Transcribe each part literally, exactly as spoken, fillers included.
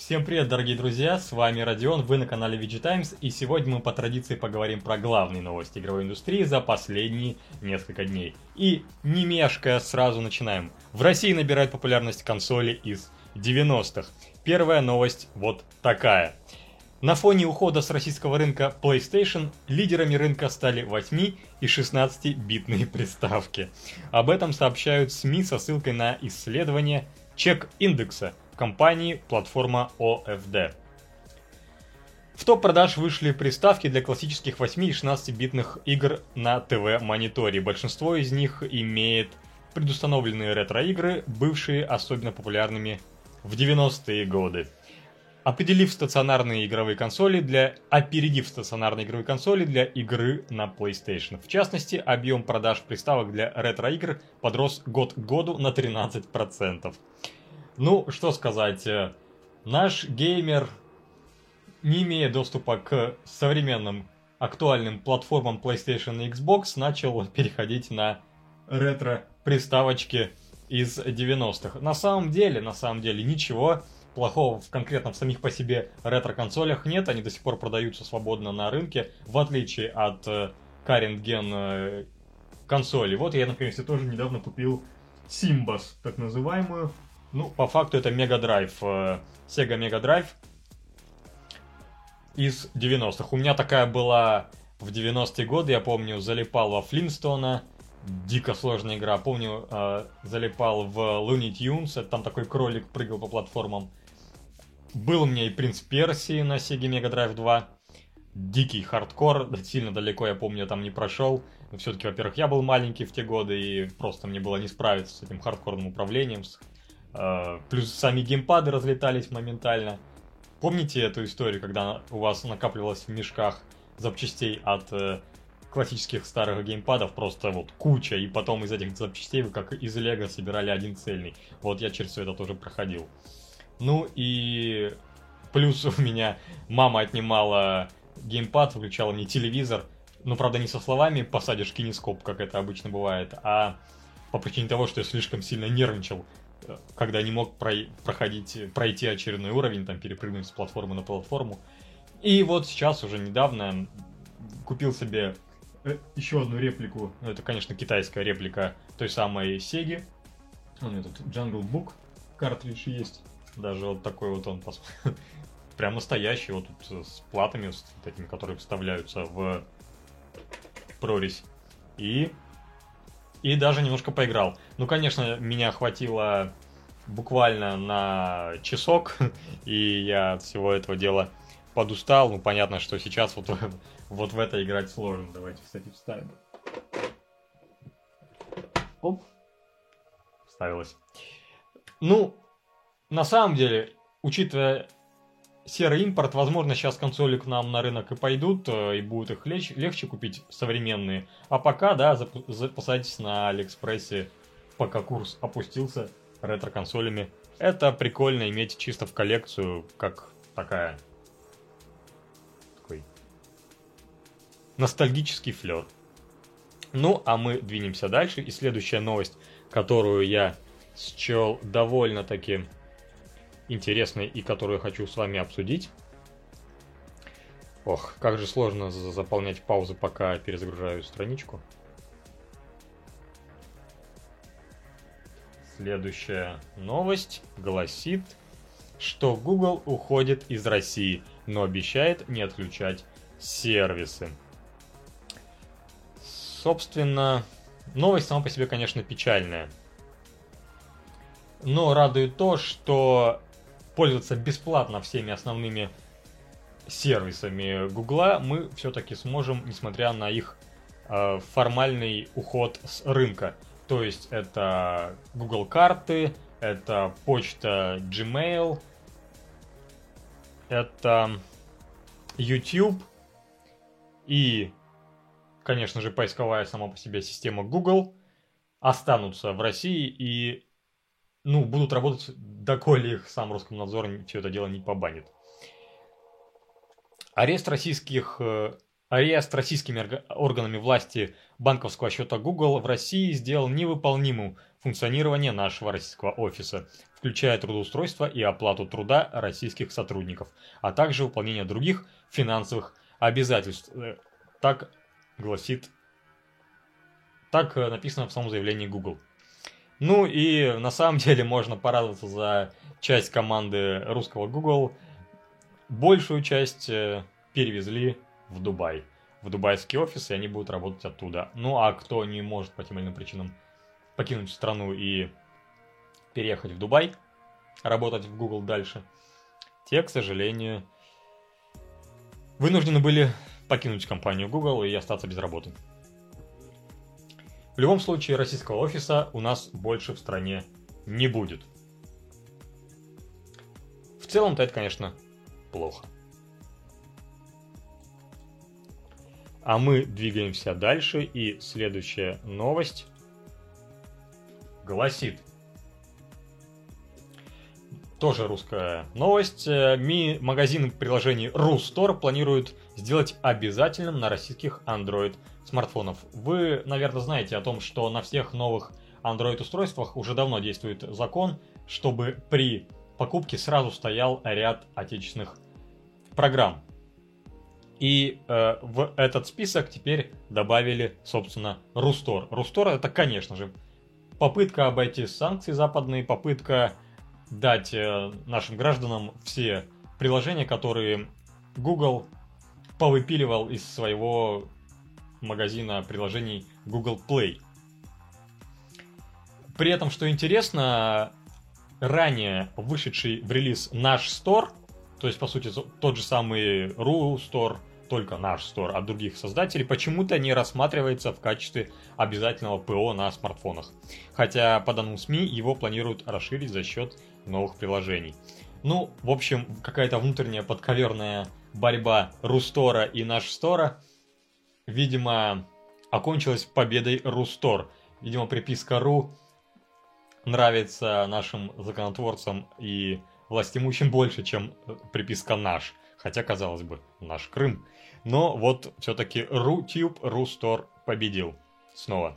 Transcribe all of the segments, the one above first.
Всем привет, дорогие друзья, с вами Родион, вы на канале ви джи Times, и сегодня мы по традиции поговорим про главные новости игровой индустрии за последние несколько дней. И не мешкая, сразу начинаем. В России набирают популярность консоли из девяностых. Первая новость вот такая. На фоне ухода с российского рынка PlayStation лидерами рынка стали восьми и шестнадцатибитные приставки. Об этом сообщают СМИ со ссылкой на исследование чек-индекса компании платформа о эф ди. В топ продаж вышли приставки для классических восьми и шестнадцатибитных игр на ТВ-мониторе. Большинство из них имеет предустановленные ретро-игры, бывшие особенно популярными в девяностые годы. Опередив стационарные игровые консоли для, опередив стационарные игровые консоли для игры на PlayStation. В частности, объем продаж приставок для ретро-игр подрос год к году на тринадцать процентов. Ну, что сказать, наш геймер, не имея доступа к современным актуальным платформам PlayStation и Xbox, начал переходить на ретро-приставочки из девяностых. На самом деле, на самом деле, ничего плохого в конкретно в самих по себе ретро-консолях нет, они до сих пор продаются свободно на рынке, в отличие от э, current gen э, консоли. Вот я, например, себе тоже недавно купил Simbas, так называемую. Ну, по факту это Mega Drive, э, Sega Mega Drive из девяностых. У меня такая была в девяностые годы, я помню, залипал во Флинстона, дико сложная игра. Помню, э, залипал в Looney Tunes, это там такой кролик прыгал по платформам. Был у меня и Принц Персии на Sega Mega Drive два. Дикий хардкор, сильно далеко, я помню, я там не прошел. Но все-таки, во-первых, я был маленький в те годы, и просто мне было не справиться с этим хардкорным управлением. Uh, плюс сами геймпады разлетались моментально. Помните эту историю, когда у вас накапливалось в мешках запчастей от uh, классических старых геймпадов просто вот куча, и потом из этих запчастей вы как из лего собирали один цельный. Вот я через все это тоже проходил. Ну и плюс у меня мама отнимала геймпад, выключала мне телевизор. Ну, правда, не со словами «посадишь кинескоп», как это обычно бывает, а по причине того, что я слишком сильно нервничал, когда не мог про- проходить, пройти очередной уровень, там, перепрыгнуть с платформы на платформу. И вот сейчас уже недавно купил себе еще одну реплику, ну, это, конечно, китайская реплика той самой Сеги. У меня тут Jungle Book картридж есть, даже вот такой вот он, прям настоящий, вот тут с платами, с такими, которые вставляются в прорезь. И... И даже немножко поиграл. Ну, конечно, меня хватило буквально на часок, и я от всего этого дела подустал. Ну, понятно, что сейчас вот, вот в это играть сложно. Давайте, кстати, вставим. Оп. Вставилось. Ну, на самом деле, учитывая серый импорт, возможно, сейчас консоли к нам на рынок и пойдут, и будет их леч- легче купить современные. А пока, да, зап- запасайтесь на Алиэкспрессе, пока курс опустился ретро-консолями. Это прикольно иметь чисто в коллекцию, как такая... такой ностальгический флер. Ну, а мы двинемся дальше. И следующая новость, которую я счел довольно-таки интересной и которую я хочу с вами обсудить. Ох, как же сложно заполнять паузы, пока перезагружаю страничку. Следующая новость гласит, что Google уходит из России, но обещает не отключать сервисы. Собственно, новость сама по себе, конечно, печальная. Но радует то, что пользоваться бесплатно всеми основными сервисами Гугла мы все-таки сможем, несмотря на их э, формальный уход с рынка. То есть это Google карты, это почта Gmail, это YouTube и, конечно же, поисковая сама по себе система Google останутся в России и ну, будут работать, доколе их сам Роскомнадзор все это дело не побанит. Арест российских э, Арест российскими органами власти банковского счета Google в России сделал невыполнимым функционирование нашего российского офиса, включая трудоустройство и оплату труда российских сотрудников, а также выполнение других финансовых обязательств. Так гласит, так написано в самом заявлении Google. Ну и на самом деле можно порадоваться за часть команды русского Google. Большую часть перевезли в Дубай, в дубайский офис, и они будут работать оттуда. Ну а кто не может по тем или иным причинам покинуть страну и переехать в Дубай, работать в Google дальше, те, к сожалению, вынуждены были покинуть компанию Google и остаться без работы. В любом случае, российского офиса у нас больше в стране не будет. В целом-то это, конечно, плохо. А мы двигаемся дальше, и следующая новость гласит. Тоже русская новость. Ми магазин приложений Рустор планирует сделать обязательным на российских Android смартфонов. Вы, наверное, знаете о том, что на всех новых Android устройствах уже давно действует закон, чтобы при покупке сразу стоял ряд отечественных программ. И э, в этот список теперь добавили, собственно, Рустор. Рустор — это, конечно же, попытка обойти санкции западные, попытка дать э, нашим гражданам все приложения, которые Google повыпиливал из своего магазина приложений Google Play. При этом, что интересно, ранее вышедший в релиз наш Store, то есть, по сути, тот же самый Рустор, только наш Store от других создателей, почему-то не рассматривается в качестве обязательного ПО на смартфонах. Хотя, по данным СМИ, его планируют расширить за счет новых приложений. Ну, в общем, какая-то внутренняя подковерная борьба Рустора и наш Стора, видимо, окончилась победой Рустор. Видимо, приписка .ру нравится нашим законотворцам и властимущим больше, чем приписка «наш». Хотя, казалось бы, наш Крым. Но вот все-таки Рутюб, Рустор победил снова.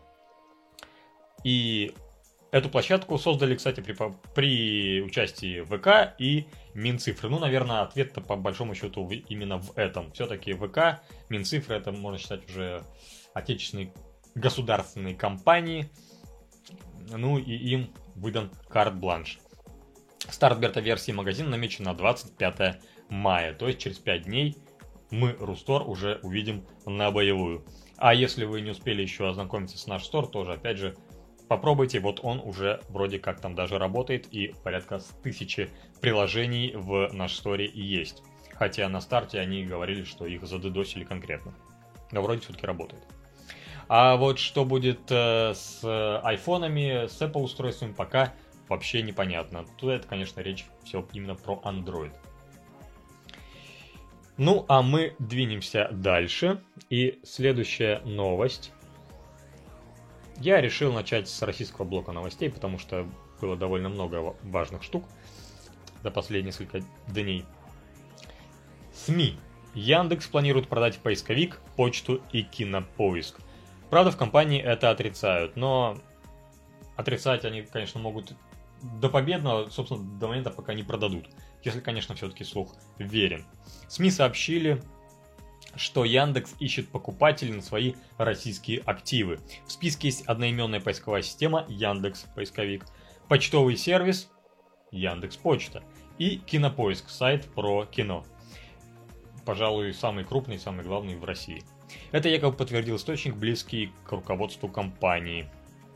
И эту площадку создали, кстати, при, при участии ВК и Минцифры. Ну, наверное, ответ-то по большому счету именно в этом. Все-таки ВК, Минцифры, это, можно считать, уже отечественные государственные компании. Ну, и им выдан карт-бланш. Старт бета-версии магазина намечен на двадцать пятое мая, то есть через пять дней мы Рустор уже увидим на боевую. А если вы не успели еще ознакомиться с наш Store, тоже, опять же, попробуйте, вот он уже вроде как там даже работает, и порядка тысячи приложений в наш Store есть. Хотя на старте они говорили, что их задедосили конкретно. Но вроде все-таки работает. А вот что будет э, с айфонами, с Apple устройствами, пока вообще непонятно. Тут это, конечно, речь все именно про Android. Ну, а мы двинемся дальше. И следующая новость. Я решил начать с российского блока новостей, потому что было довольно много важных штук за последние несколько дней. СМИ. Яндекс планирует продать поисковик, почту и кинопоиск. Правда, в компании это отрицают, но отрицать они, конечно, могут до победного, собственно, до момента, пока не продадут. Если, конечно, все-таки слух верен. СМИ сообщили, что Яндекс ищет покупателей на свои российские активы. В списке есть одноименная поисковая система Яндекс Поисковик, почтовый сервис Яндекс Почта и кинопоиск, сайт про кино. Пожалуй, самый крупный, самый главный в России. Это якобы подтвердил источник, близкий к руководству компании.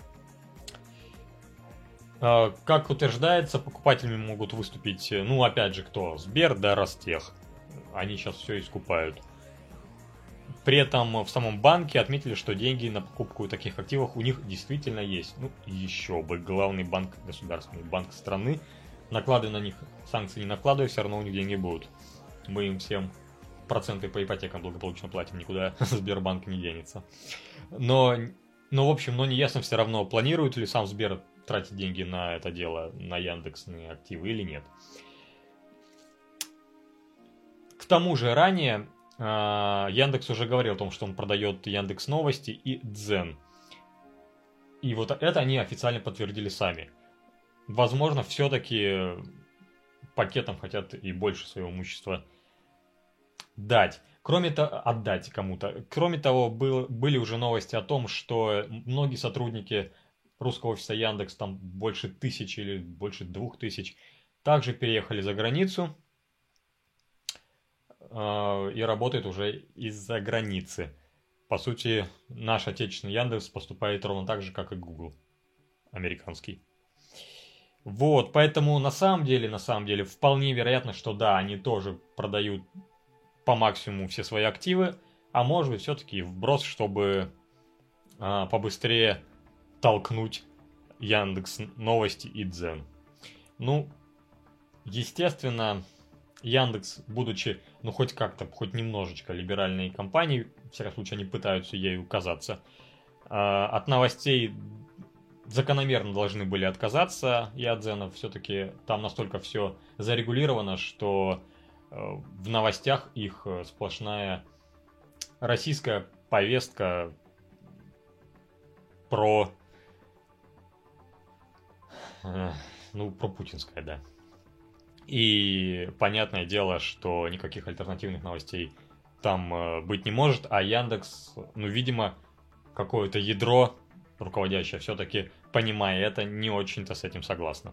Как утверждается, покупателями могут выступить, ну, опять же, кто? Сбер, да, Ростех. Они сейчас все искупают. При этом в самом банке отметили, что деньги на покупку таких активов у них действительно есть. Ну, еще бы, главный банк, государственный банк страны. Накладывая на них санкции, не накладывая, все равно у них деньги будут. Мы им всем проценты по ипотекам благополучно платим, никуда Сбербанк не денется. Но, но в общем, но неясно все равно, планирует ли сам Сбер тратить деньги на это дело, на яндексные активы или нет. К тому же ранее Яндекс уже говорил о том, что он продает Яндекс Новости и Дзен. И вот это они официально подтвердили сами. Возможно, все-таки пакетом хотят и больше своего имущества дать. Кроме того, отдать кому-то. Кроме того, был, были уже новости о том, что многие сотрудники русского офиса Яндекс, там больше тысячи или больше двух тысяч, также переехали за границу э, и работают уже из-за границы. По сути, наш отечественный Яндекс поступает ровно так же, как и Google американский. Вот, поэтому на самом деле, на самом деле, вполне вероятно, что да, они тоже продают по максимуму все свои активы, а может быть все-таки вброс, чтобы а, побыстрее толкнуть Яндекс Новости и Дзен. Ну, естественно, Яндекс, будучи, ну, хоть как-то, хоть немножечко либеральной компанией, в всяком случае, они пытаются ею казаться, а, от новостей закономерно должны были отказаться, и от Дзена все-таки там настолько все зарегулировано, что в новостях их сплошная российская повестка про, ну, про путинское, да. И понятное дело, что никаких альтернативных новостей там быть не может, а Яндекс, ну, видимо, какое-то ядро руководящее все-таки, понимая это, не очень-то с этим согласно.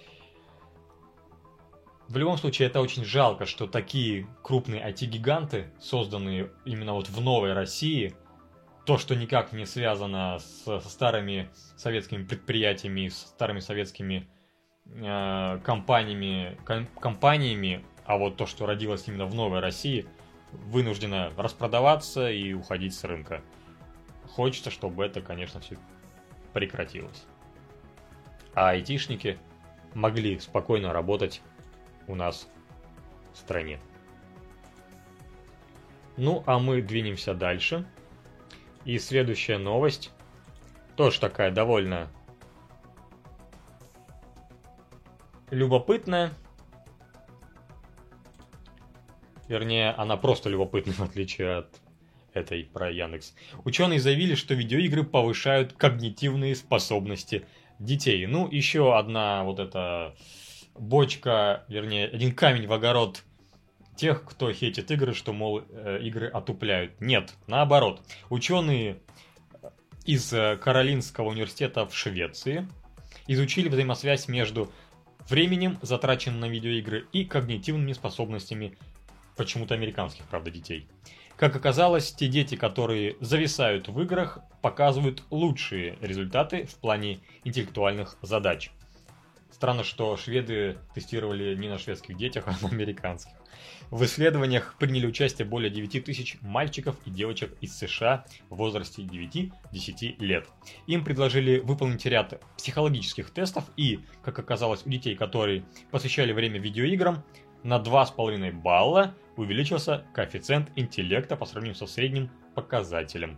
В любом случае, это очень жалко, что такие крупные ай ти-гиганты, созданные именно вот в новой России, то, что никак не связано с, со старыми советскими предприятиями, с старыми советскими э, компаниями, ком, компаниями, а вот то, что родилось именно в новой России, вынуждено распродаваться и уходить с рынка. Хочется, чтобы это, конечно, все прекратилось. А айтишники могли спокойно работать у нас в стране. Ну, а мы двинемся дальше. И следующая новость, тоже такая довольно любопытная. Вернее, она просто любопытная, в отличие от этой про Яндекс. Ученые заявили, что видеоигры повышают когнитивные способности детей. Ну, еще одна вот эта бочка, вернее, один камень в огород тех, кто хейтит игры, что, мол, игры отупляют. Нет, наоборот. Ученые из Каролинского университета в Швеции изучили взаимосвязь между временем, затраченным на видеоигры, и когнитивными способностями почему-то американских, правда, детей. Как оказалось, те дети, которые зависают в играх, показывают лучшие результаты в плане интеллектуальных задач. Странно, что шведы тестировали не на шведских детях, а на американских. В исследованиях приняли участие более девяти тысяч мальчиков и девочек из США в возрасте девяти-десяти лет. Им предложили выполнить ряд психологических тестов, и, как оказалось, у детей, которые посвящали время видеоиграм, на два с половиной балла увеличился коэффициент интеллекта по сравнению со средним показателем.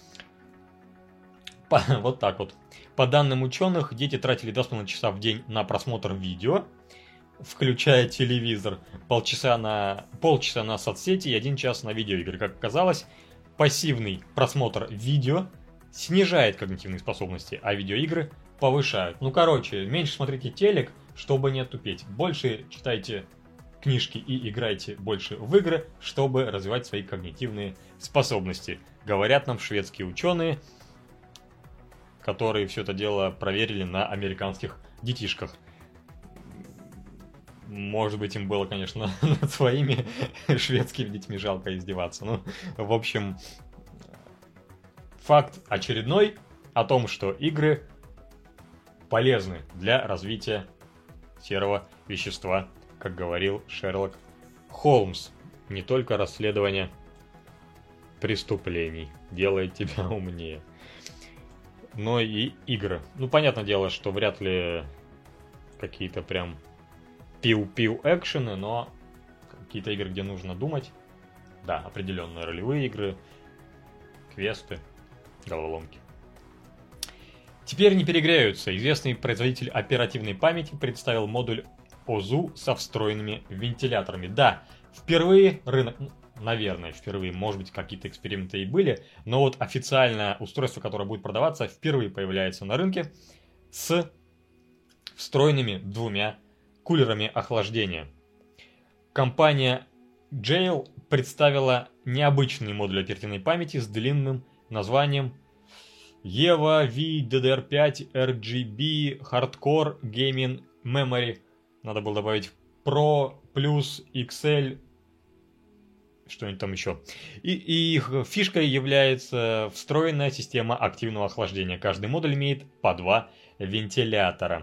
По, вот так вот. По данным ученых, дети тратили два с половиной часа в день на просмотр видео, включая телевизор, полчаса на, полчаса на соцсети и один час на видеоигры. Как оказалось, пассивный просмотр видео снижает когнитивные способности, а видеоигры повышают. Ну, короче, меньше смотрите телек, чтобы не отупеть. Больше читайте книжки и играйте больше в игры, чтобы развивать свои когнитивные способности. Говорят нам шведские ученые, которые все это дело проверили на американских детишках. Может быть, им было, конечно, над своими шведскими детьми жалко издеваться. Ну, в общем, факт очередной о том, что игры полезны для развития серого вещества, как говорил Шерлок Холмс. Не только расследование преступлений делает тебя умнее, но и игры. Ну, понятное дело, что вряд ли какие-то прям пиу-пиу экшены, но какие-то игры, где нужно думать. Да, определенные ролевые игры, квесты, головоломки. Теперь не перегреются. Известный производитель оперативной памяти представил модуль ОЗУ со встроенными вентиляторами. Да, впервые рынок... наверное, впервые, может быть, какие-то эксперименты и были, но вот официальное устройство, которое будет продаваться, впервые появляется на рынке с встроенными двумя кулерами охлаждения. Компания Jail представила необычный модуль оперативной памяти с длинным названием EVA V D D R пять эр джи би Hardcore Gaming Memory. Надо было добавить Pro плюс икс эл, что-нибудь там еще. И, и их фишкой является встроенная система активного охлаждения. Каждый модуль имеет по два вентилятора.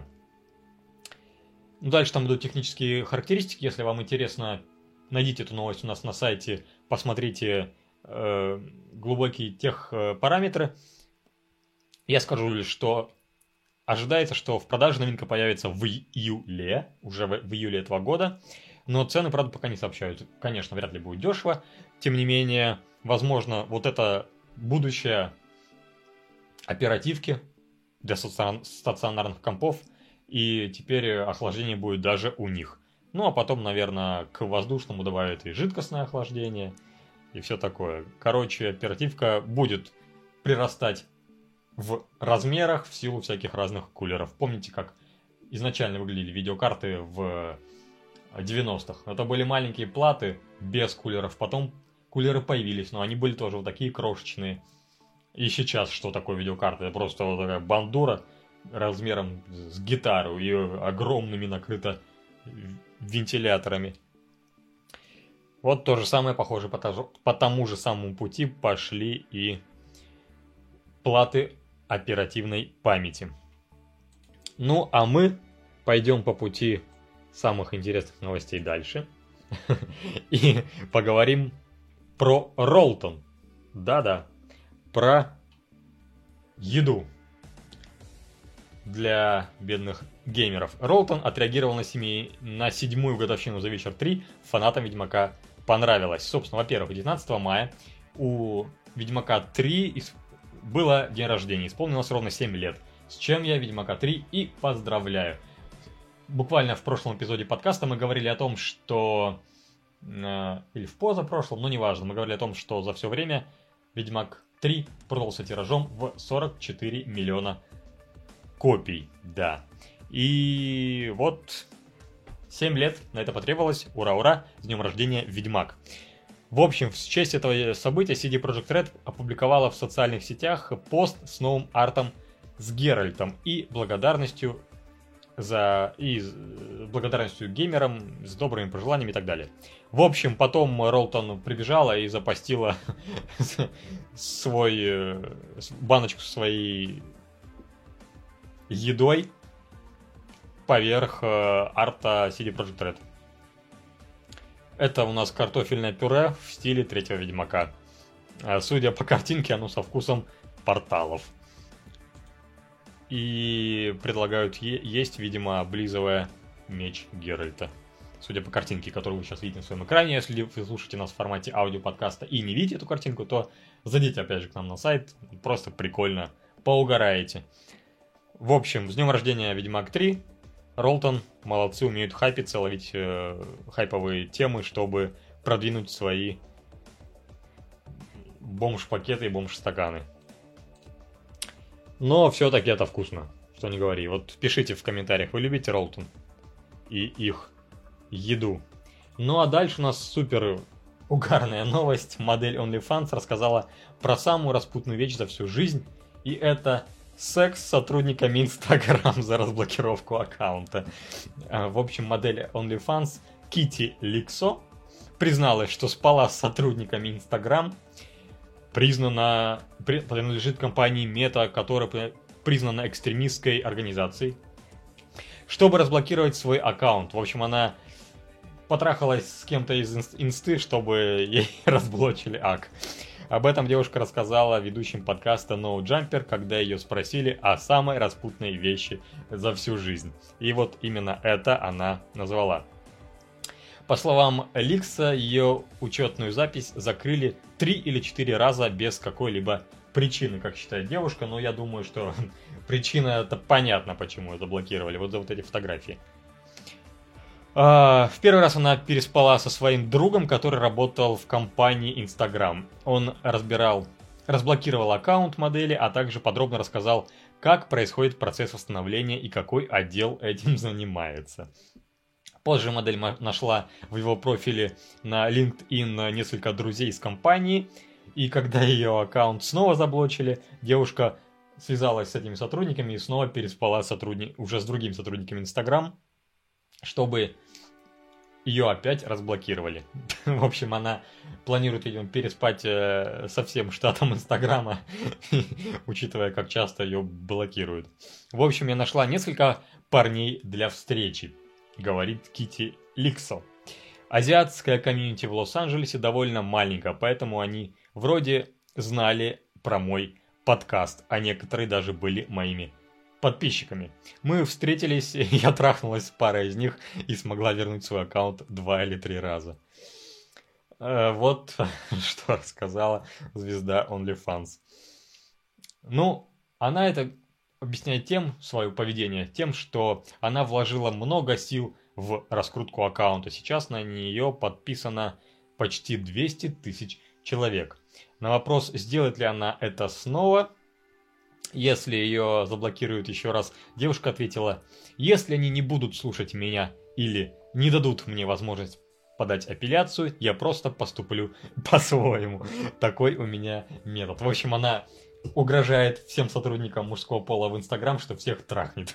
Ну, дальше там будут технические характеристики. Если вам интересно, найдите эту новость у нас на сайте, посмотрите э, глубокие тех э, параметры. Я скажу лишь, что ожидается, что в продаже новинка появится в июле, уже в, в июле этого года. Но цены, правда, пока не сообщают. Конечно, вряд ли будет дешево. Тем не менее, возможно, вот это будущее оперативки для стационарных компов. И теперь охлаждение будет даже у них. Ну, а потом, наверное, к воздушному добавят и жидкостное охлаждение. И все такое. Короче, оперативка будет прирастать в размерах в силу всяких разных кулеров. Помните, как изначально выглядели видеокарты в девяностых? Это были маленькие платы без кулеров. Потом кулеры появились, но они были тоже вот такие крошечные. И сейчас что такое видеокарта? Это просто вот такая бандура размером с гитару и огромными накрыта вентиляторами. Вот то же самое, похоже, по, тажу, по тому же самому пути пошли и платы оперативной памяти. Ну, а мы пойдем по пути самых интересных новостей дальше. И поговорим про Ролтон. Да-да, про еду для бедных геймеров. Ролтон отреагировал на, семи... на седьмую годовщину The Witcher три. Фанатам Ведьмака понравилось. Собственно, во-первых, девятнадцатого мая у Ведьмака три было день рождения. Исполнилось ровно семь лет. С чем я Ведьмака три и поздравляю. Буквально в прошлом эпизоде подкаста мы говорили о том, что... Э, или в позапрошлом, но неважно. Мы говорили о том, что за все время Ведьмак три продался тиражом в сорок четыре миллиона копий, да. И вот семь лет на это потребовалось. Ура-ура, с днем рождения, Ведьмак. В общем, в честь этого события си ди Projekt Red опубликовала в социальных сетях пост с новым артом с Геральтом и благодарностью за и благодарностью геймерам, с добрыми пожеланиями и так далее. В общем, потом Ролтон прибежала и запостила свой баночку своей едой поверх э, арта си ди Projekt Red. Это у нас картофельное пюре в стиле третьего Ведьмака. А, судя по картинке, оно со вкусом порталов. И предлагают е- есть, видимо, облизывая меч Геральта. Судя по картинке, которую вы сейчас видите на своем экране. Если вы слушаете нас в формате аудиоподкаста и не видите эту картинку, то зайдите опять же к нам на сайт. Просто прикольно поугараете. В общем, с днем рождения Ведьмак три. Ролтон, молодцы, умеют хайпиться, ловить э, хайповые темы, чтобы продвинуть свои бомж-пакеты и бомж-стаканы. Но все-таки это вкусно, что не говори. Вот пишите в комментариях, вы любите Ролтон и их еду. Ну а дальше у нас супер угарная новость. Модель OnlyFans рассказала про самую распутную вещь за всю жизнь. И это... секс с сотрудниками Instagram за разблокировку аккаунта. В общем, модель OnlyFans Кити Ликсо призналась, что спала с сотрудниками Instagram, признана, принадлежит компании Meta, которая признана экстремистской организацией, чтобы разблокировать свой аккаунт. В общем, она потрахалась с кем-то из инсты, чтобы ей разблочили ак. Об этом девушка рассказала ведущим подкаста No Jumper, когда ее спросили о самой распутной вещи за всю жизнь. И вот именно это она назвала. По словам Ликса, ее учетную запись закрыли три или четыре раза без какой-либо причины, как считает девушка. Но я думаю, что причина это понятно, почему ее заблокировали. Вот за вот эти фотографии. В первый раз она переспала со своим другом, который работал в компании Instagram. Он разбирал, разблокировал аккаунт модели, а также подробно рассказал, как происходит процесс восстановления и какой отдел этим занимается. Позже модель нашла в его профиле на LinkedIn несколько друзей из компании, и когда ее аккаунт снова заблочили, девушка связалась с этими сотрудниками и снова переспала сотрудни... уже с другими сотрудниками Instagram, чтобы ее опять разблокировали. В общем, она планирует, видимо, переспать со всем штатом Инстаграма, учитывая, как часто ее блокируют. В общем, я нашла несколько парней для встречи, говорит Кити Ликсо. Азиатская комьюнити в Лос-Анджелесе довольно маленькая, поэтому они вроде знали про мой подкаст, а некоторые даже были моими подписчиками. Мы встретились, я трахнулась с парой из них и смогла вернуть свой аккаунт два или три раза. Вот что рассказала звезда OnlyFans. Ну, она это объясняет тем, свое поведение, тем, что она вложила много сил в раскрутку аккаунта. Сейчас на нее подписано почти двести тысяч человек. На вопрос, сделает ли она это снова, если ее заблокируют еще раз, девушка ответила: если они не будут слушать меня или не дадут мне возможность подать апелляцию, я просто поступлю по-своему. Такой у меня метод. В общем, она угрожает всем сотрудникам мужского пола в Инстаграм, что всех трахнет.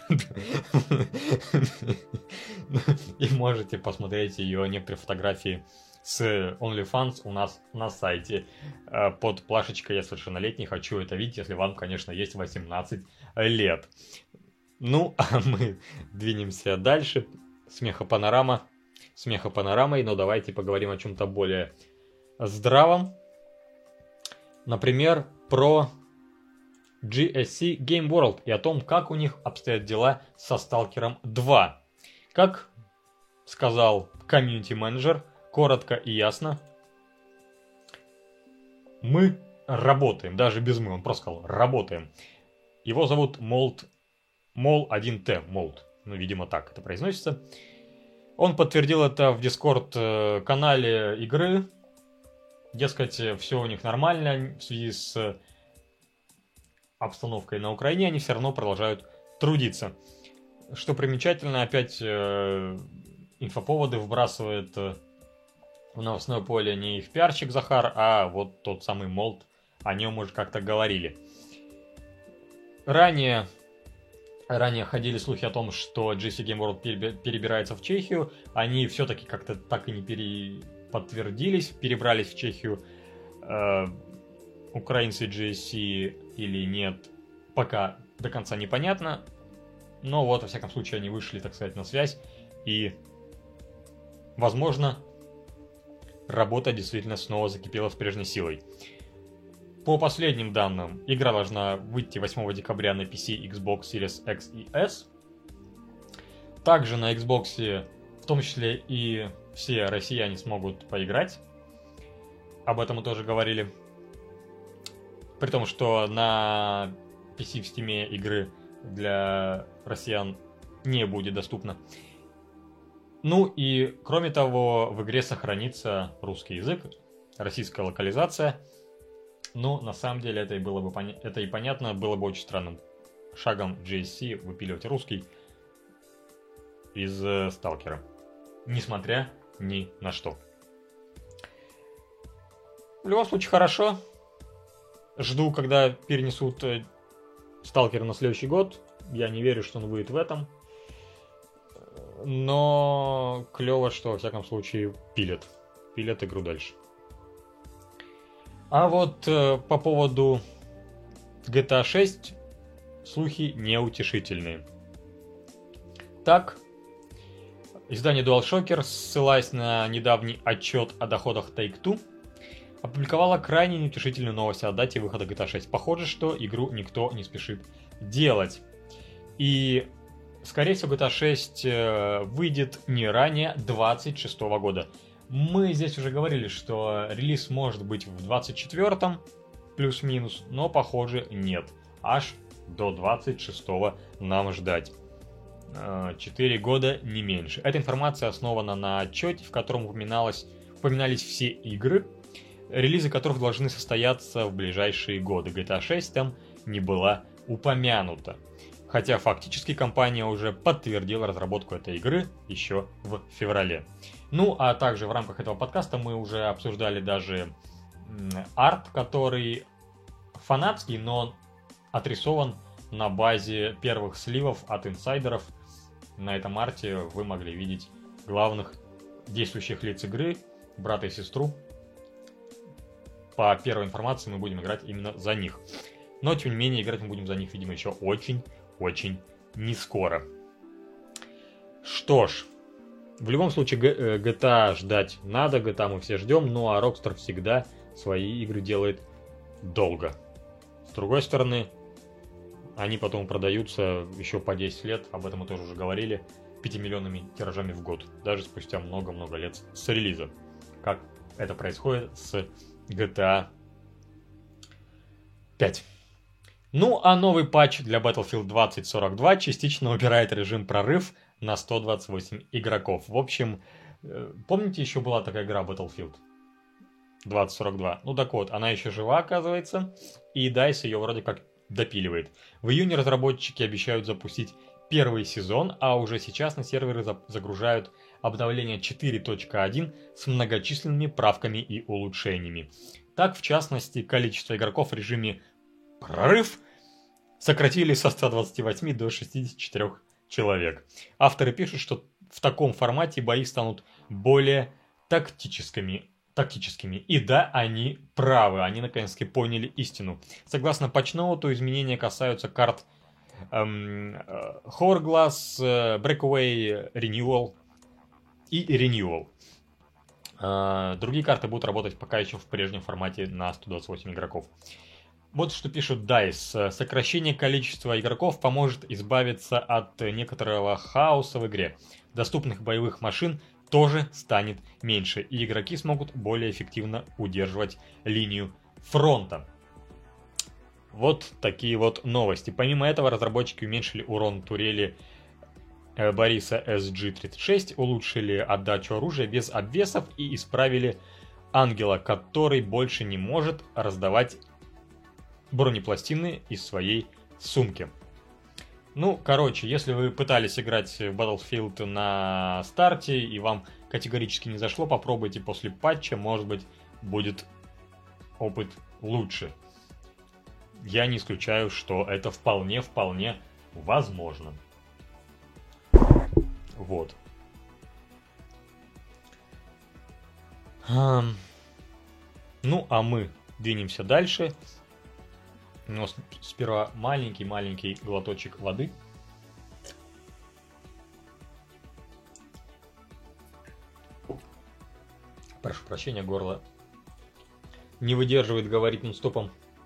И можете посмотреть ее некоторые фотографии с OnlyFans у нас на сайте. Под плашечкой «Я совершеннолетний, хочу это видеть», если вам, конечно, есть восемнадцать лет. Ну, а мы двинемся дальше. Смехопанорама. Смехопанорамой, но давайте поговорим о чем-то более здравом. Например, про джи эс си Game World и о том, как у них обстоят дела со Сталкером два. Как сказал комьюнити-менеджер, коротко и ясно: мы работаем, даже без мы, он просто сказал работаем. Его зовут Mold, Мол один тэ, Mold, ну, видимо, так это произносится. Он подтвердил это в Discord канале игры. Дескать, все у них нормально, в связи с обстановкой на Украине они все равно продолжают трудиться. Что примечательно, опять э, инфоповоды вбрасывает в новостное поле не их пиарщик Захар, а вот тот самый Молд. О нем уже как-то говорили. Ранее, ранее ходили слухи о том, что джи эс си Game World перебирается в Чехию. Они все-таки как-то так и не пере... подтвердились, перебрались в Чехию э, украинцы джи эс си или нет, пока до конца непонятно. Но вот, во всяком случае, они вышли, так сказать, на связь. И, возможно, работа действительно снова закипела с прежней силой. По последним данным, игра должна выйти восьмого декабря на пи си, Xbox Series X и S. Также на Xbox, в том числе и все россияне смогут поиграть. Об этом мы тоже говорили. При том, что на пи си в Steam игры для россиян не будет доступно. Ну и, кроме того, в игре сохранится русский язык, российская локализация. Но на самом деле это и было бы поня- это и понятно, было бы очень странным шагом джи эс си выпиливать русский из э, Сталкера. Несмотря ни на что. В любом случае, хорошо. Жду, когда перенесут э, Сталкер на следующий год. Я не верю, что он будет в этом. Но клево, что, во всяком случае, пилят. Пилят игру дальше. А вот э, по поводу джи ти эй шесть слухи неутешительные. Так, издание DualShocker, ссылаясь на недавний отчет о доходах Take-Two, опубликовала крайне неутешительную новость о дате выхода джи ти эй шесть. Похоже, что игру никто не спешит делать. И, скорее всего, джи ти эй шесть выйдет не ранее двадцать шестого года. Мы здесь уже говорили, что релиз может быть в двадцать четвёртом, плюс-минус, но, похоже, нет. Аж до двадцать шестого нам ждать. четыре года, не меньше. Эта информация основана на отчете, в котором упоминалось, упоминались все игры, релизы которых должны состояться в ближайшие годы. джи ти эй шесть там не была упомянута. Хотя фактически компания уже подтвердила разработку этой игры еще в феврале. Ну, а также в рамках этого подкаста мы уже обсуждали даже арт, который фанатский, но отрисован на базе первых сливов от инсайдеров. На этом арте вы могли видеть главных действующих лиц игры, брата и сестру. По первой информации мы будем играть именно за них. Но, тем не менее, играть мы будем за них, видимо, еще очень-очень не скоро. Что ж, в любом случае, джи ти эй ждать надо, джи ти эй мы все ждем, ну а Rockstar всегда свои игры делает долго. С другой стороны, они потом продаются еще по десять лет, об этом мы тоже уже говорили, пятимиллионными тиражами в год, даже спустя много-много лет с релиза. Как это происходит с джи ти эй пять. Ну, а новый патч для Battlefield двадцать сорок два частично убирает режим прорыв на сто двадцать восемь игроков. В общем, помните, еще была такая игра Battlefield двадцать сорок два? Ну так вот, она еще жива, оказывается, и дайс ее вроде как допиливает. В июне разработчики обещают запустить первый сезон, а уже сейчас на серверы загружают обновление четыре точка один с многочисленными правками и улучшениями. Так, в частности, количество игроков в режиме прорыв сократили со ста двадцати восьми до шестидесяти четырёх человек. Авторы пишут, что в таком формате бои станут более тактическими. тактическими. И да, они правы, они наконец-таки поняли истину. Согласно патчноуту, изменения касаются карт эм, Hourglass, Breakaway, Renewal и Renewal. Э, другие карты будут работать пока еще в прежнем формате на сто двадцать восемь игроков. Вот что пишут дайс. Сокращение количества игроков поможет избавиться от некоторого хаоса в игре. Доступных боевых машин тоже станет меньше, и игроки смогут более эффективно удерживать линию фронта. Вот такие вот новости. Помимо этого, разработчики уменьшили урон турели Бориса эс джи тридцать шесть, улучшили отдачу оружия без обвесов и исправили ангела, который больше не может раздавать бронепластины из своей сумки. Ну, короче, если вы пытались играть в Battlefield на старте и вам категорически не зашло, попробуйте после патча, может быть, будет опыт лучше. Я не исключаю, что это вполне-вполне возможно. Вот. Ну, а мы двинемся дальше. У нас сперва маленький-маленький глоточек воды. Прошу прощения, горло не выдерживает говорить нон-стопом.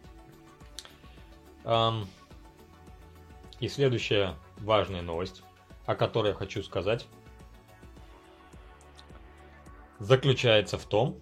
Эм, и следующая важная новость, о которой я хочу сказать, заключается в том,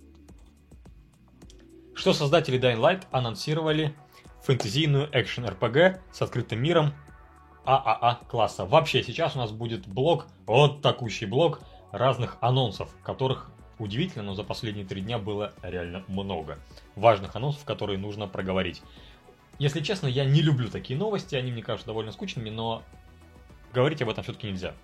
что создатели Dying Light анонсировали фэнтезийную экшен-эр пи джи с открытым миром а а а класса. Вообще, сейчас у нас будет блок, вот такущий блок разных анонсов, которых, удивительно, но за последние три дня было реально много. Важных анонсов, которые нужно проговорить. Если честно, я не люблю такие новости, они мне кажутся довольно скучными, но говорить об этом все-таки нельзя.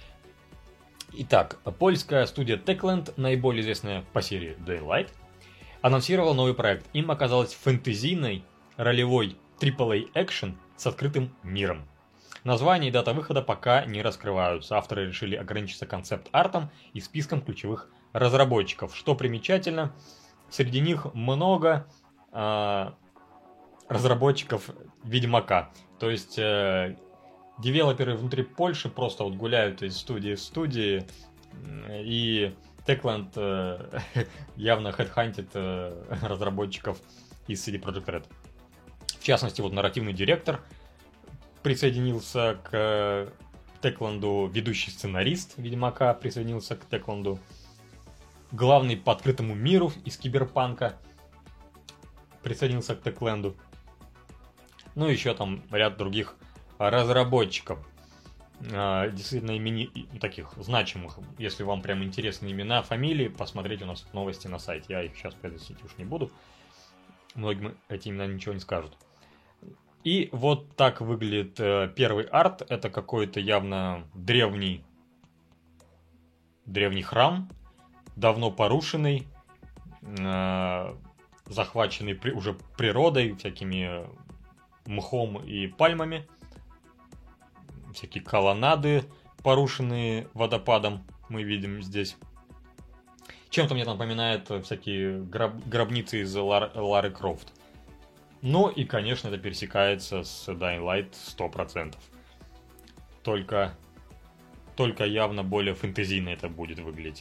Итак, польская студия Techland, наиболее известная по серии Dying Light, анонсировала новый проект. Им оказалась фэнтезийный ролевой трипл эй экшен с открытым миром. Название и дата выхода пока не раскрываются. Авторы решили ограничиться концепт-артом и списком ключевых разработчиков. Что примечательно, среди них много э, разработчиков Ведьмака. То есть э, девелоперы внутри Польши просто вот гуляют из студии в студии, и Techland э, явно хедхантит э, разработчиков из си ди Projekt Red. В частности, вот нарративный директор присоединился к Techland'у, ведущий сценарист Ведьмака присоединился к Techland'у, главный по открытому миру из Киберпанка присоединился к Techland'у, ну и еще там ряд других разработчиков. э, действительно имени таких значимых. Если вам прям интересны имена, фамилии, посмотреть у нас новости на сайте. Я их сейчас произносить уж не буду. Многим эти имена ничего не скажут. И вот так выглядит э, первый арт. Это какой-то явно древний, древний храм, давно порушенный, э, захваченный при, уже природой, всякими мхом и пальмами. Всякие колоннады, порушенные водопадом, мы видим здесь. Чем-то мне напоминает всякие гроб, гробницы из Лар, Лары Крофт. Ну и, конечно, это пересекается с Dying Light сто процентов. Только, только явно более фэнтезийно это будет выглядеть.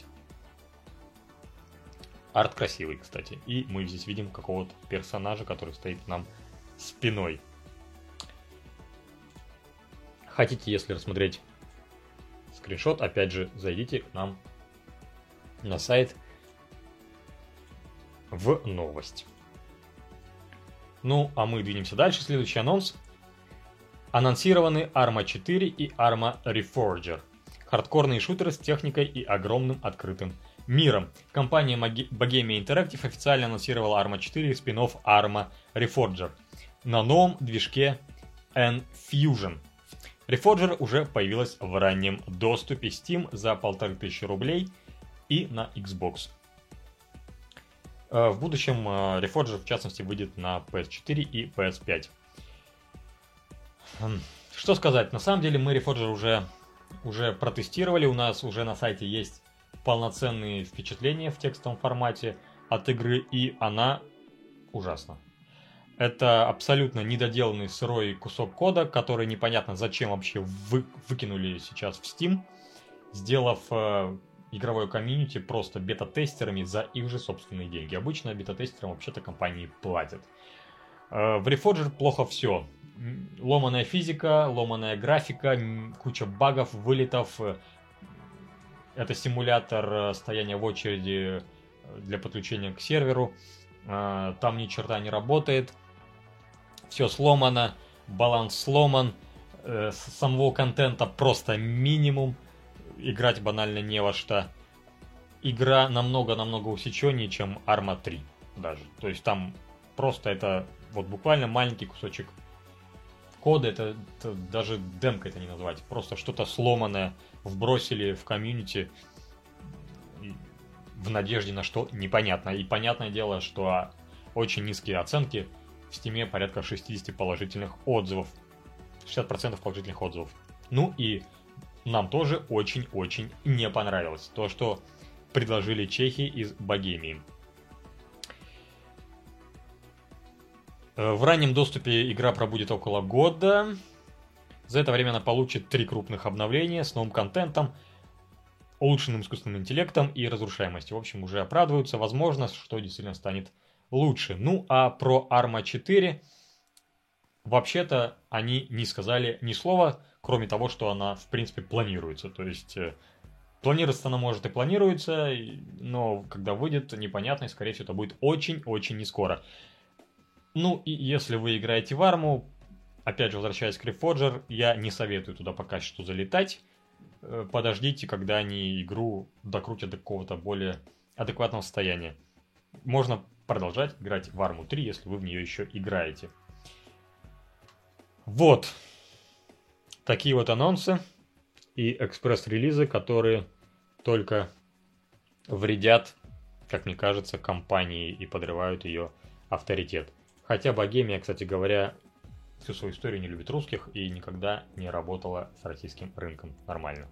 Арт красивый, кстати. И мы здесь видим какого-то персонажа, который стоит нам спиной. Хотите, если рассмотреть скриншот, опять же, зайдите к нам на сайт в новость. Ну, а мы двинемся дальше. Следующий анонс. Анонсированы Arma четыре и Arma Reforger. Хардкорные шутеры с техникой и огромным открытым миром. Компания Bohemia Interactive официально анонсировала Arma четыре и спин-офф Arma Reforger на новом движке Enfusion. Reforger уже появилась в раннем доступе Steam за полторы тысячи рублей и на Xbox. В будущем Reforger, в частности, выйдет на пи эс четыре и пи эс пять. Что сказать, на самом деле мы Reforger уже, уже протестировали, у нас уже на сайте есть полноценные впечатления в текстовом формате от игры, и она ужасна. Это абсолютно недоделанный сырой кусок кода, который непонятно зачем вообще вы, выкинули сейчас в Steam, сделав э, игровое комьюнити просто бета-тестерами за их же собственные деньги. Обычно бета-тестерам вообще-то компании платят. Э, в Reforger плохо все. Ломаная физика, ломаная графика, куча багов, вылетов. Это симулятор стояния в очереди для подключения к серверу. Э, там ни черта не работает. Все сломано, баланс сломан, э, самого контента просто минимум, играть банально не во что. Игра намного-намного усеченнее, чем Arma три даже. То есть там просто это вот буквально маленький кусочек кода, это, это даже демка это не назвать. Просто что-то сломанное вбросили в комьюнити в надежде на что непонятно. И понятное дело, что очень низкие оценки. В Steam порядка шестьдесят положительных отзывов. шестьдесят процентов положительных отзывов. Ну и нам тоже очень-очень не понравилось то, что предложили чехи из Богемии. В раннем доступе игра пробудет около года. За это время она получит три крупных обновления с новым контентом, улучшенным искусственным интеллектом и разрушаемостью. В общем, уже оправдываются. Возможно, что действительно станет лучше. Ну, а про Arma четыре вообще-то они не сказали ни слова, кроме того, что она, в принципе, планируется. То есть, э, планироваться она может и планируется, но когда выйдет, непонятно, и, скорее всего, это будет очень-очень не скоро. Ну, и если вы играете в Arma, опять же, возвращаясь к Reforger, я не советую туда пока что залетать. Э, подождите, когда они игру докрутят до какого-то более адекватного состояния. Можно продолжать играть в Arma три, если вы в нее еще играете. Вот. Такие вот анонсы и экспресс-релизы, которые только вредят, как мне кажется, компании и подрывают ее авторитет. Хотя Bohemia, кстати говоря, всю свою историю не любит русских и никогда не работала с российским рынком нормально.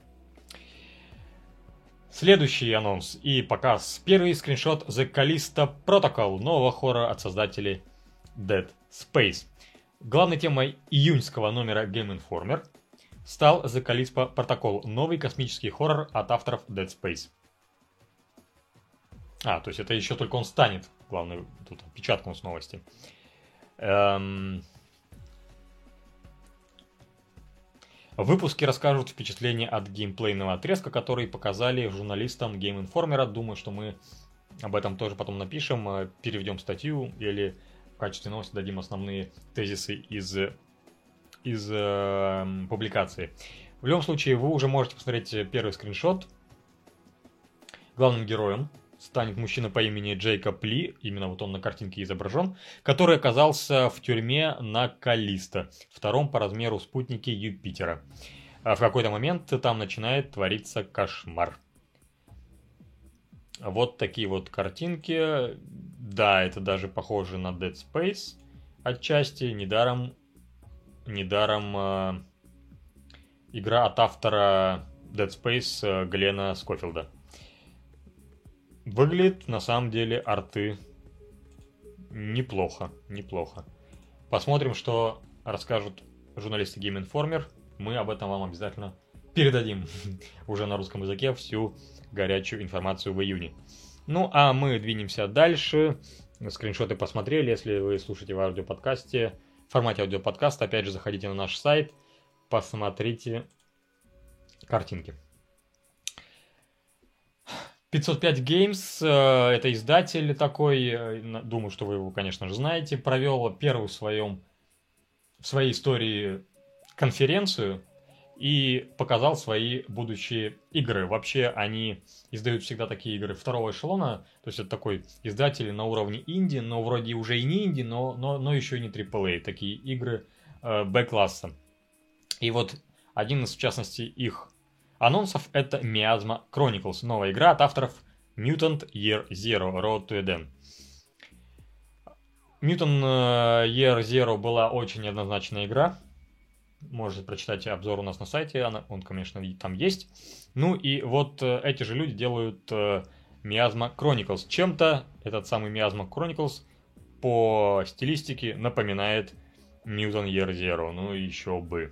Следующий анонс и показ. Первый скриншот The Callisto Protocol, нового хоррора от создателей Dead Space. Главной темой июньского номера Game Informer стал The Callisto Protocol, новый космический хоррор от авторов Dead Space. А, то есть это еще только он станет главной тут печатком с новости. Эм... В выпуске расскажут впечатления от геймплейного отрезка, который показали журналистам Game Informer. Думаю, что мы об этом тоже потом напишем, переведем статью или в качестве новости дадим основные тезисы из, из э, публикации. В любом случае, вы уже можете посмотреть первый скриншот. Главным героем станет мужчина по имени Джейкоб Ли, именно вот он на картинке изображен, который оказался в тюрьме на Каллисто, втором по размеру спутнике Юпитера. А в какой-то момент там начинает твориться кошмар. Вот такие вот картинки. Да, это даже похоже на Dead Space отчасти. Недаром, недаром э, игра от автора Dead Space э, Глена Скофилда. Выглядит на самом деле арты неплохо, неплохо. Посмотрим, что расскажут журналисты Game Informer. Мы об этом вам обязательно передадим уже на русском языке всю горячую информацию в июне. Ну, а мы двинемся дальше. Скриншоты посмотрели. Если вы слушаете в аудиоподкасте, в формате аудиоподкаста, опять же, заходите на наш сайт, посмотрите картинки. пятьсот пять Games, это издатель такой, думаю, что вы его, конечно же, знаете, провел первую в, своем, в своей истории конференцию и показал свои будущие игры. Вообще, они издают всегда такие игры второго эшелона, то есть это такой издатель на уровне инди, но вроде уже и не инди, но, но, но еще и не трипл эй, такие игры э, Б-класса. И вот один из, в частности, их анонсов — это Miasma Chronicles, новая игра от авторов Mutant Year Zero Road to Eden. Mutant Year Zero была очень неоднозначная игра. Можете прочитать обзор у нас на сайте, он, конечно, там есть. Ну и вот эти же люди делают Miasma Chronicles. Чем-то этот самый Miasma Chronicles по стилистике напоминает Mutant Year Zero. Ну еще бы.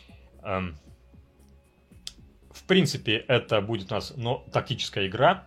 В принципе, это будет у нас но, тактическая игра.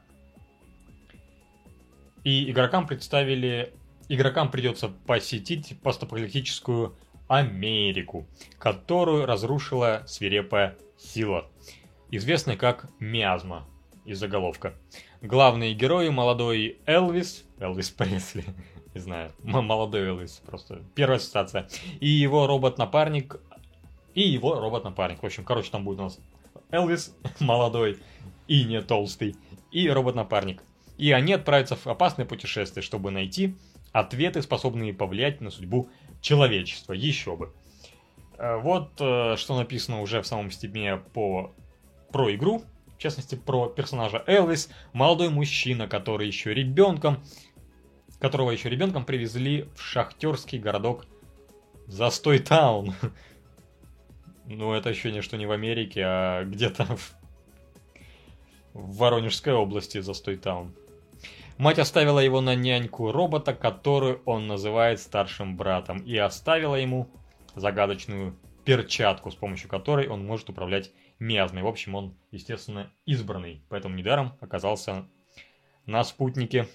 И игрокам представили... Игрокам придется посетить постапокалиптическую Америку, которую разрушила свирепая сила, известная как Миазма из заголовка. Главные герои — молодой Элвис, Элвис Пресли, не знаю, молодой Элвис, просто первая ассоциация, и его робот-напарник, и его робот-напарник. В общем, короче, там будет у нас Элвис молодой и не толстый, и робот-напарник. И они отправятся в опасное путешествие, чтобы найти ответы, способные повлиять на судьбу человечества. Еще бы. Вот что написано уже в самом стиме по, про игру. В частности, про персонажа Элвис. Молодой мужчина, который еще ребенком, которого еще ребенком привезли в шахтерский городок Застой Таун. Ну, это ощущение, что не в Америке, а где-то в, в Воронежской области Застой Таун. Мать оставила его на няньку робота, которую он называет старшим братом, и оставила ему загадочную перчатку, с помощью которой он может управлять миазмой. В общем, он, естественно, избранный, поэтому недаром оказался на спутнике,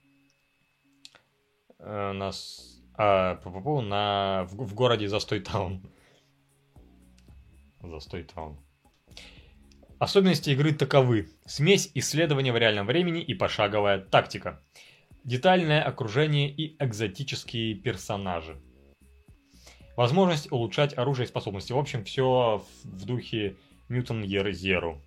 э, на, а, на, в, в городе Застой Таун. Застой Таун. Особенности игры таковы: смесь исследования в реальном времени и пошаговая тактика, детальное окружение и экзотические персонажи, возможность улучшать оружие и способности. В общем, все в духе Mutant Year Zero.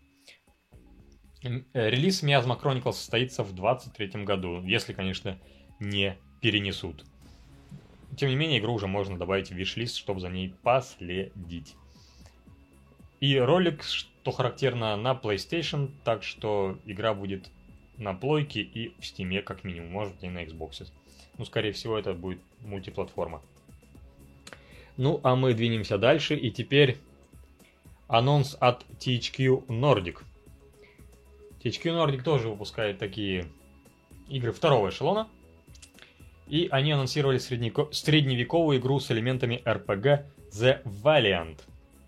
Релиз Miasma Chronicles состоится в двадцать третьем году, если, конечно, не перенесут. Тем не менее, игру уже можно добавить в виш-лист, чтобы за ней последить. И ролик, что характерно, на PlayStation, так что игра будет на плойке и в Steam как минимум, может быть и на Xbox. Ну, скорее всего, это будет мультиплатформа. Ну, а мы двинемся дальше, и теперь анонс от ти эйч кью Nordic. ти эйч кью Nordic тоже выпускает такие игры второго эшелона, и они анонсировали средневековую игру с элементами эр пи джи The Valiant.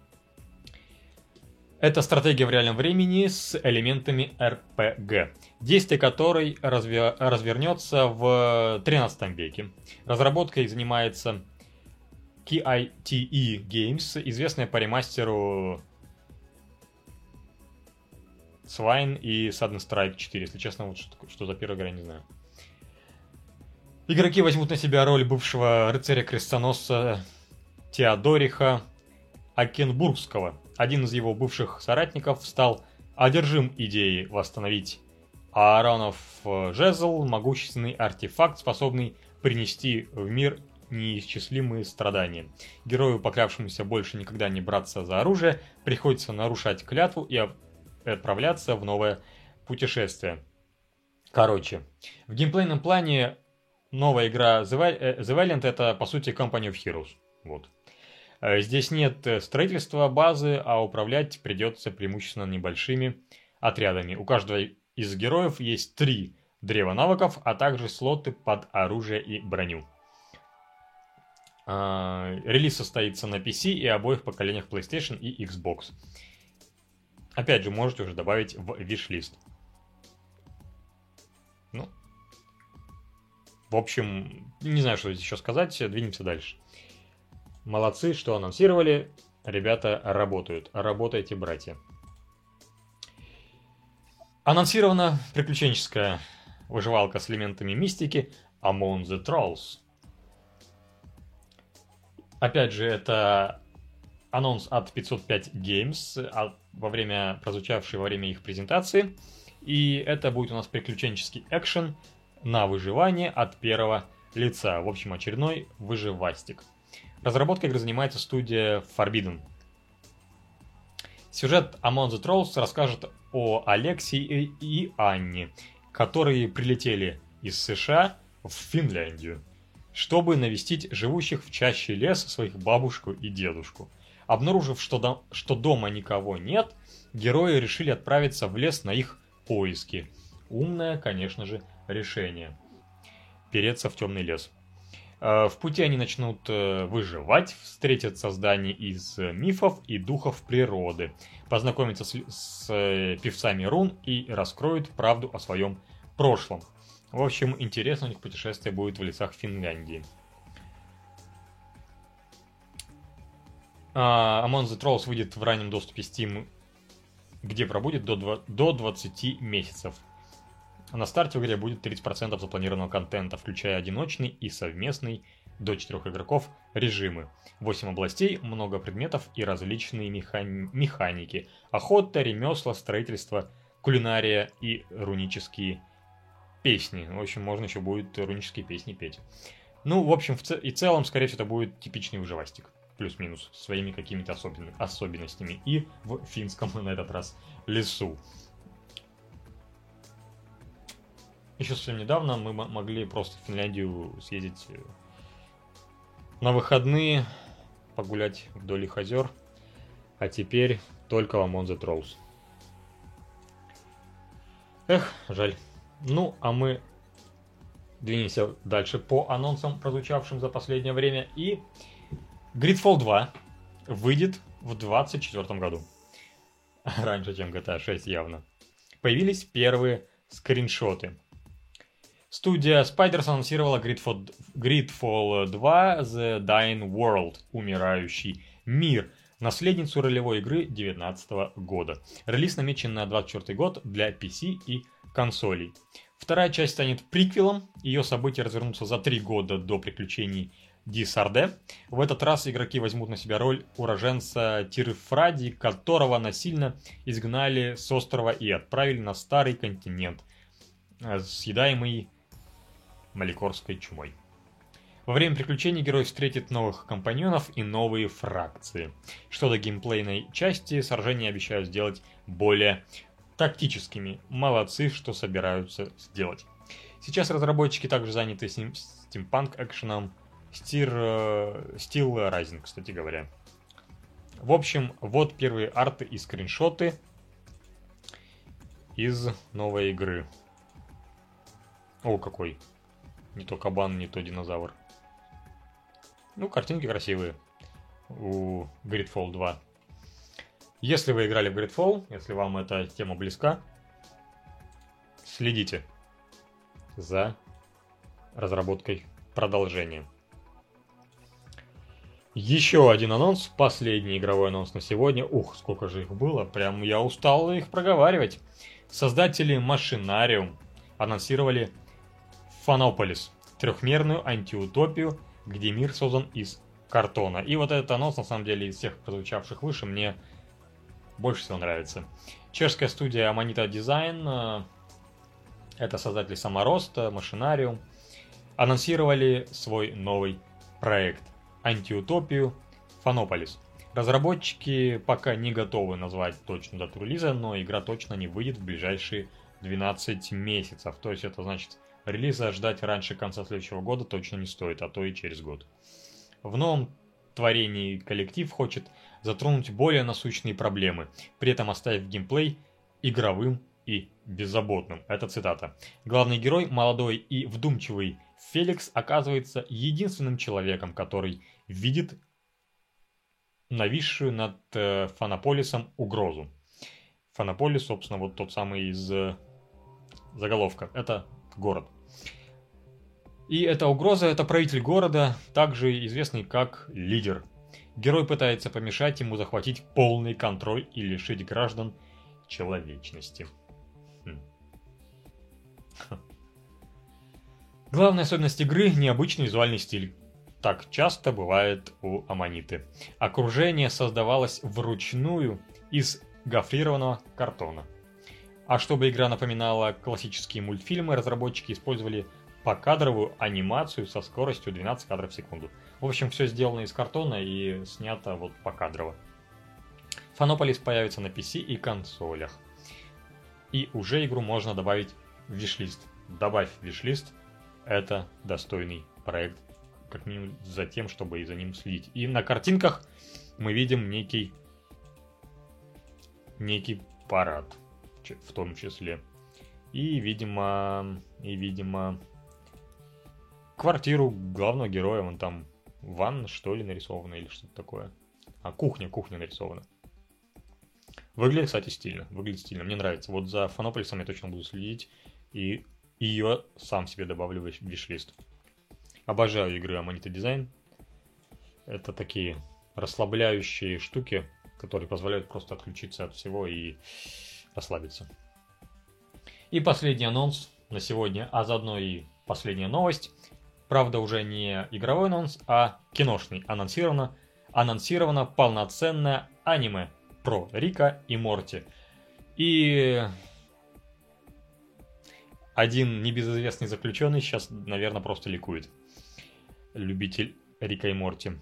Это стратегия в реальном времени с элементами эр пи джи, действие которой разве... развернется в тринадцатом веке. Разработкой занимается кей ай ти и Games, известная по ремастеру Swine и Sudden Strike четыре. Если честно, вот что, что за первая игра, я не знаю. Игроки возьмут на себя роль бывшего рыцаря-крестоносца Теодориха Акенбургского, один из его бывших соратников стал одержим идеей восстановить Ааронов жезл, могущественный артефакт, способный принести в мир неисчислимые страдания. Герою, поклявшемуся больше никогда не браться за оружие, приходится нарушать клятву и отправляться в новое путешествие. Короче, в геймплейном плане новая игра The Valiant — это, по сути, Company of Heroes. Вот. Здесь нет строительства базы, а управлять придется преимущественно небольшими отрядами. У каждого из героев есть три древа навыков, а также слоты под оружие и броню. Релиз состоится на пи си и обоих поколениях PlayStation и Xbox. Опять же, можете уже добавить в виш-лист. Ну, в общем, не знаю, что здесь еще сказать, двинемся дальше. Молодцы, что анонсировали. Ребята работают. Работайте, братья. Анонсирована приключенческая выживалка с элементами мистики Among the Trolls. Опять же, это анонс от пятьсот пять Games, во время, прозвучавший во время их презентации. И это будет у нас приключенческий экшен на выживание от первого лица. В общем, очередной выживастик. Разработкой игры занимается студия Forbidden. Сюжет Among the Trolls расскажет о Алексе и Анне, которые прилетели из США в Финляндию, чтобы навестить живущих в чаще леса своих бабушку и дедушку. Обнаружив, что, до, что дома никого нет, герои решили отправиться в лес на их поиски. Умное, конечно же, решение. Переться в темный лес. В пути они начнут выживать, встретят создания из мифов и духов природы, познакомятся с, с певцами рун и раскроют правду о своем прошлом. В общем, интересно у них путешествие будет в лесах Финляндии. Among the Trolls выйдет в раннем доступе Steam, где пробудет до, до двадцати месяцев. На старте в игре будет тридцать процентов запланированного контента, включая одиночный и совместный до четырёх игроков режимы. восемь областей, много предметов и различные механи- механики. Охота, ремесла, строительство, кулинария и рунические песни. В общем, можно еще будет рунические песни петь. Ну, в общем, в ц- и целом, скорее всего, это будет типичный выживастик. Плюс-минус, своими какими-то особен- особенностями. И в финском, на этот раз, лесу. Еще совсем недавно мы могли просто в Финляндию съездить на выходные, погулять вдоль их озер. А теперь только в Among the Trolls. Эх, жаль. Ну, а мы двинемся дальше по анонсам, прозвучавшим за последнее время. И Gridfall два выйдет в двадцать четвёртом году. Раньше, чем джи ти эй шесть явно. Появились первые скриншоты. Студия Spiders анонсировала Gridfall, Gridfall два The Dying World, умирающий мир, наследницу ролевой игры две тысячи девятнадцатого года. Релиз намечен на двадцать четвёртый год для пи си и консолей. Вторая часть станет приквелом, ее события развернутся за три года до приключений Дисарде. В этот раз игроки возьмут на себя роль уроженца Тирфради, которого насильно изгнали с острова и отправили на старый континент, съедаемый маликорской чумой. Во время приключений герой встретит новых компаньонов и новые фракции. Что до геймплейной части, сражения обещают сделать более тактическими. Молодцы, что собираются сделать. Сейчас разработчики также заняты стимпанк-экшеном Steel Rising, кстати говоря. В общем, вот первые арты и скриншоты из новой игры. О, какой. Не то кабан, не то динозавр. Ну, картинки красивые у Gridfall два. Если вы играли в Gridfall, если вам эта тема близка, следите за разработкой продолжения. Еще один анонс, последний игровой анонс на сегодня. Ух, сколько же их было, прям я устал их проговаривать. Создатели Machinarium анонсировали Phonopolis, трехмерную антиутопию, где мир создан из картона. И вот этот анонс, на самом деле, из всех прозвучавших выше, мне больше всего нравится. Чешская студия Amanita Design, это создатели Самороста, Машинариум, анонсировали свой новый проект антиутопию Phonopolis. Разработчики пока не готовы назвать точную дату релиза, но игра точно не выйдет в ближайшие двенадцать месяцев. То есть это значит, релиза ждать раньше конца следующего года точно не стоит, а то и через год. В новом творении коллектив хочет затронуть более насущные проблемы, при этом оставив геймплей игровым и беззаботным. Это цитата. Главный герой, молодой и вдумчивый Феликс, оказывается единственным человеком, который видит нависшую над э, Фанополисом угрозу. Фанополис, собственно, вот тот самый из э, заголовка. Это город. И эта угроза – это правитель города, также известный как лидер. Герой пытается помешать ему захватить полный контроль и лишить граждан человечности. Хм. Главная особенность игры – необычный визуальный стиль. Так часто бывает у Аманиты. Окружение создавалось вручную из гофрированного картона. А чтобы игра напоминала классические мультфильмы, разработчики использовали покадровую анимацию со скоростью двенадцать кадров в секунду. В общем, все сделано из картона и снято вот покадрово. Phonopolis появится на пи си и консолях. И уже игру можно добавить в виш-лист. Добавь в виш-лист, это достойный проект, как минимум за тем, чтобы и за ним следить. И на картинках мы видим некий, некий парад, в том числе. И, видимо, и, видимо, квартиру главного героя, вон там ванна, что ли, нарисована или что-то такое. А, кухня, кухня нарисована. Выглядит, кстати, стильно. Выглядит стильно. Мне нравится. Вот за Phonopolis я точно буду следить. И ее сам себе добавлю в виш-лист. Обожаю игры Amanita Design. Это такие расслабляющие штуки, которые позволяют просто отключиться от всего и расслабиться. И последний анонс на сегодня, а заодно и последняя новость. Правда, уже не игровой анонс, а киношный. Анонсировано, анонсировано полноценное аниме про Рика и Морти. И один небезызвестный заключенный сейчас, наверное, просто ликует. Любитель Рика и Морти.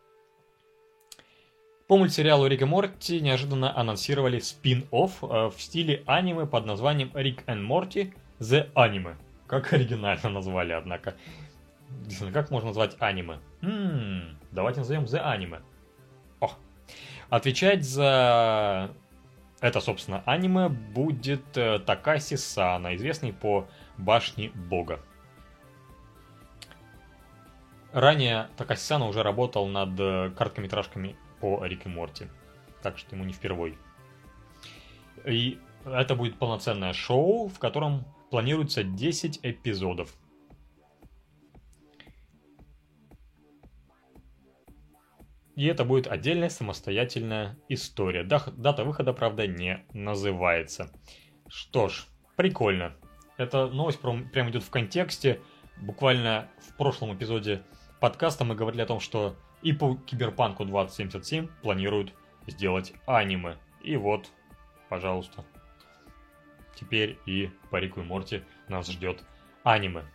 По мультсериалу Рик и Морти неожиданно анонсировали спин-офф в стиле аниме под названием Rick and Morty The Anime. Как оригинально назвали, однако. Как можно назвать аниме? М-м, давайте назовем The Anime. О. Отвечать за это, собственно, аниме будет Такаси Сана, известный по Башне Бога. Ранее Такаси Сана уже работал над короткометражками по Рик и Морти, так что ему не впервой. И это будет полноценное шоу, в котором планируется десять эпизодов. И это будет отдельная самостоятельная история. Дата выхода, правда, не называется. Что ж, прикольно. Эта новость прям идет в контексте. Буквально в прошлом эпизоде подкаста мы говорили о том, что и по Киберпанку двадцать семьдесят семь планируют сделать аниме. И вот, пожалуйста. Теперь и по Рику и Морти нас ждет аниме.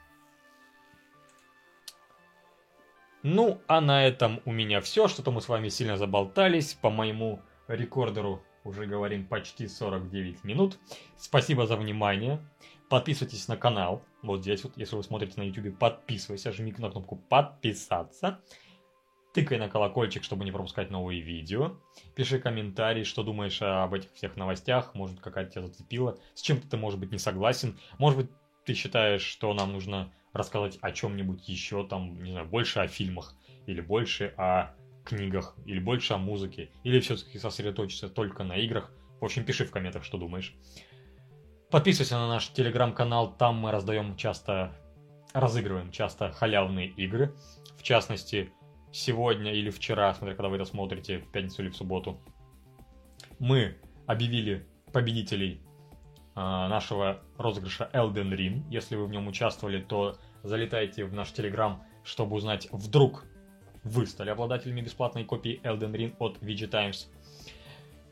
Ну, а на этом у меня все. Что-то мы с вами сильно заболтались. По моему рекордеру уже говорим почти сорок девять минут. Спасибо за внимание. Подписывайтесь на канал. Вот здесь вот, если вы смотрите на YouTube, подписывайся. Жми на кнопку подписаться. Тыкай на колокольчик, чтобы не пропускать новые видео. Пиши комментарий, что думаешь об этих всех новостях. Может, какая-то тебя зацепила. С чем-то ты, может быть, не согласен. Может быть, ты считаешь, что нам нужно рассказать о чем-нибудь еще, там, не знаю, больше о фильмах, или больше о книгах, или больше о музыке, или все-таки сосредоточиться только на играх. В общем, пиши в комментах, что думаешь. Подписывайся на наш телеграм-канал, там мы раздаем часто, разыгрываем часто халявные игры. В частности, сегодня или вчера, смотря когда вы это смотрите, в пятницу или в субботу, мы объявили победителей нашего розыгрыша Elden Ring. Если вы в нем участвовали, то залетайте в наш телеграм, чтобы узнать, вдруг вы стали обладателями бесплатной копии Elden Ring от ви джи Times.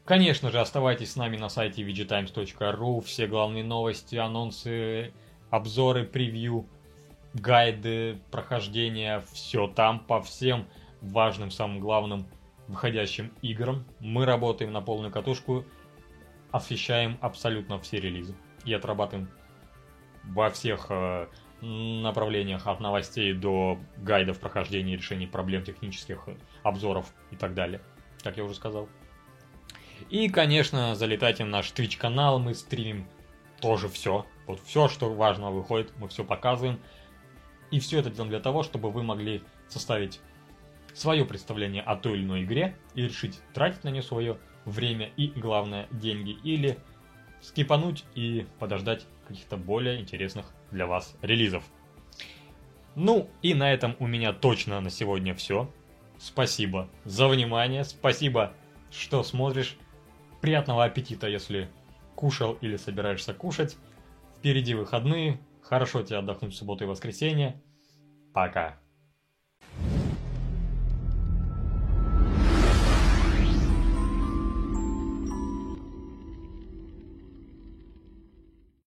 Конечно же, оставайтесь с нами на сайте ви джи таймс точка ру. Все главные новости, анонсы, обзоры, превью, гайды, прохождения. Все там по всем важным, самым главным выходящим играм. Мы работаем на полную катушку, освещаем абсолютно все релизы и отрабатываем во всех э, направлениях, от новостей до гайдов прохождения, решений проблем технических, обзоров и так далее, как я уже сказал. И, конечно, залетайте в наш Twitch канал, мы стримим тоже все. Вот все, что важного выходит, мы все показываем. И все это делаем для того, чтобы вы могли составить свое представление о той или иной игре и решить, тратить на нее свое время и, главное, деньги, или скипануть и подождать каких-то более интересных для вас релизов. Ну, и на этом у меня точно на сегодня все. Спасибо за внимание, спасибо, что смотришь. Приятного аппетита, если кушал или собираешься кушать. Впереди выходные. Хорошо тебе отдохнуть в субботу и воскресенье. Пока.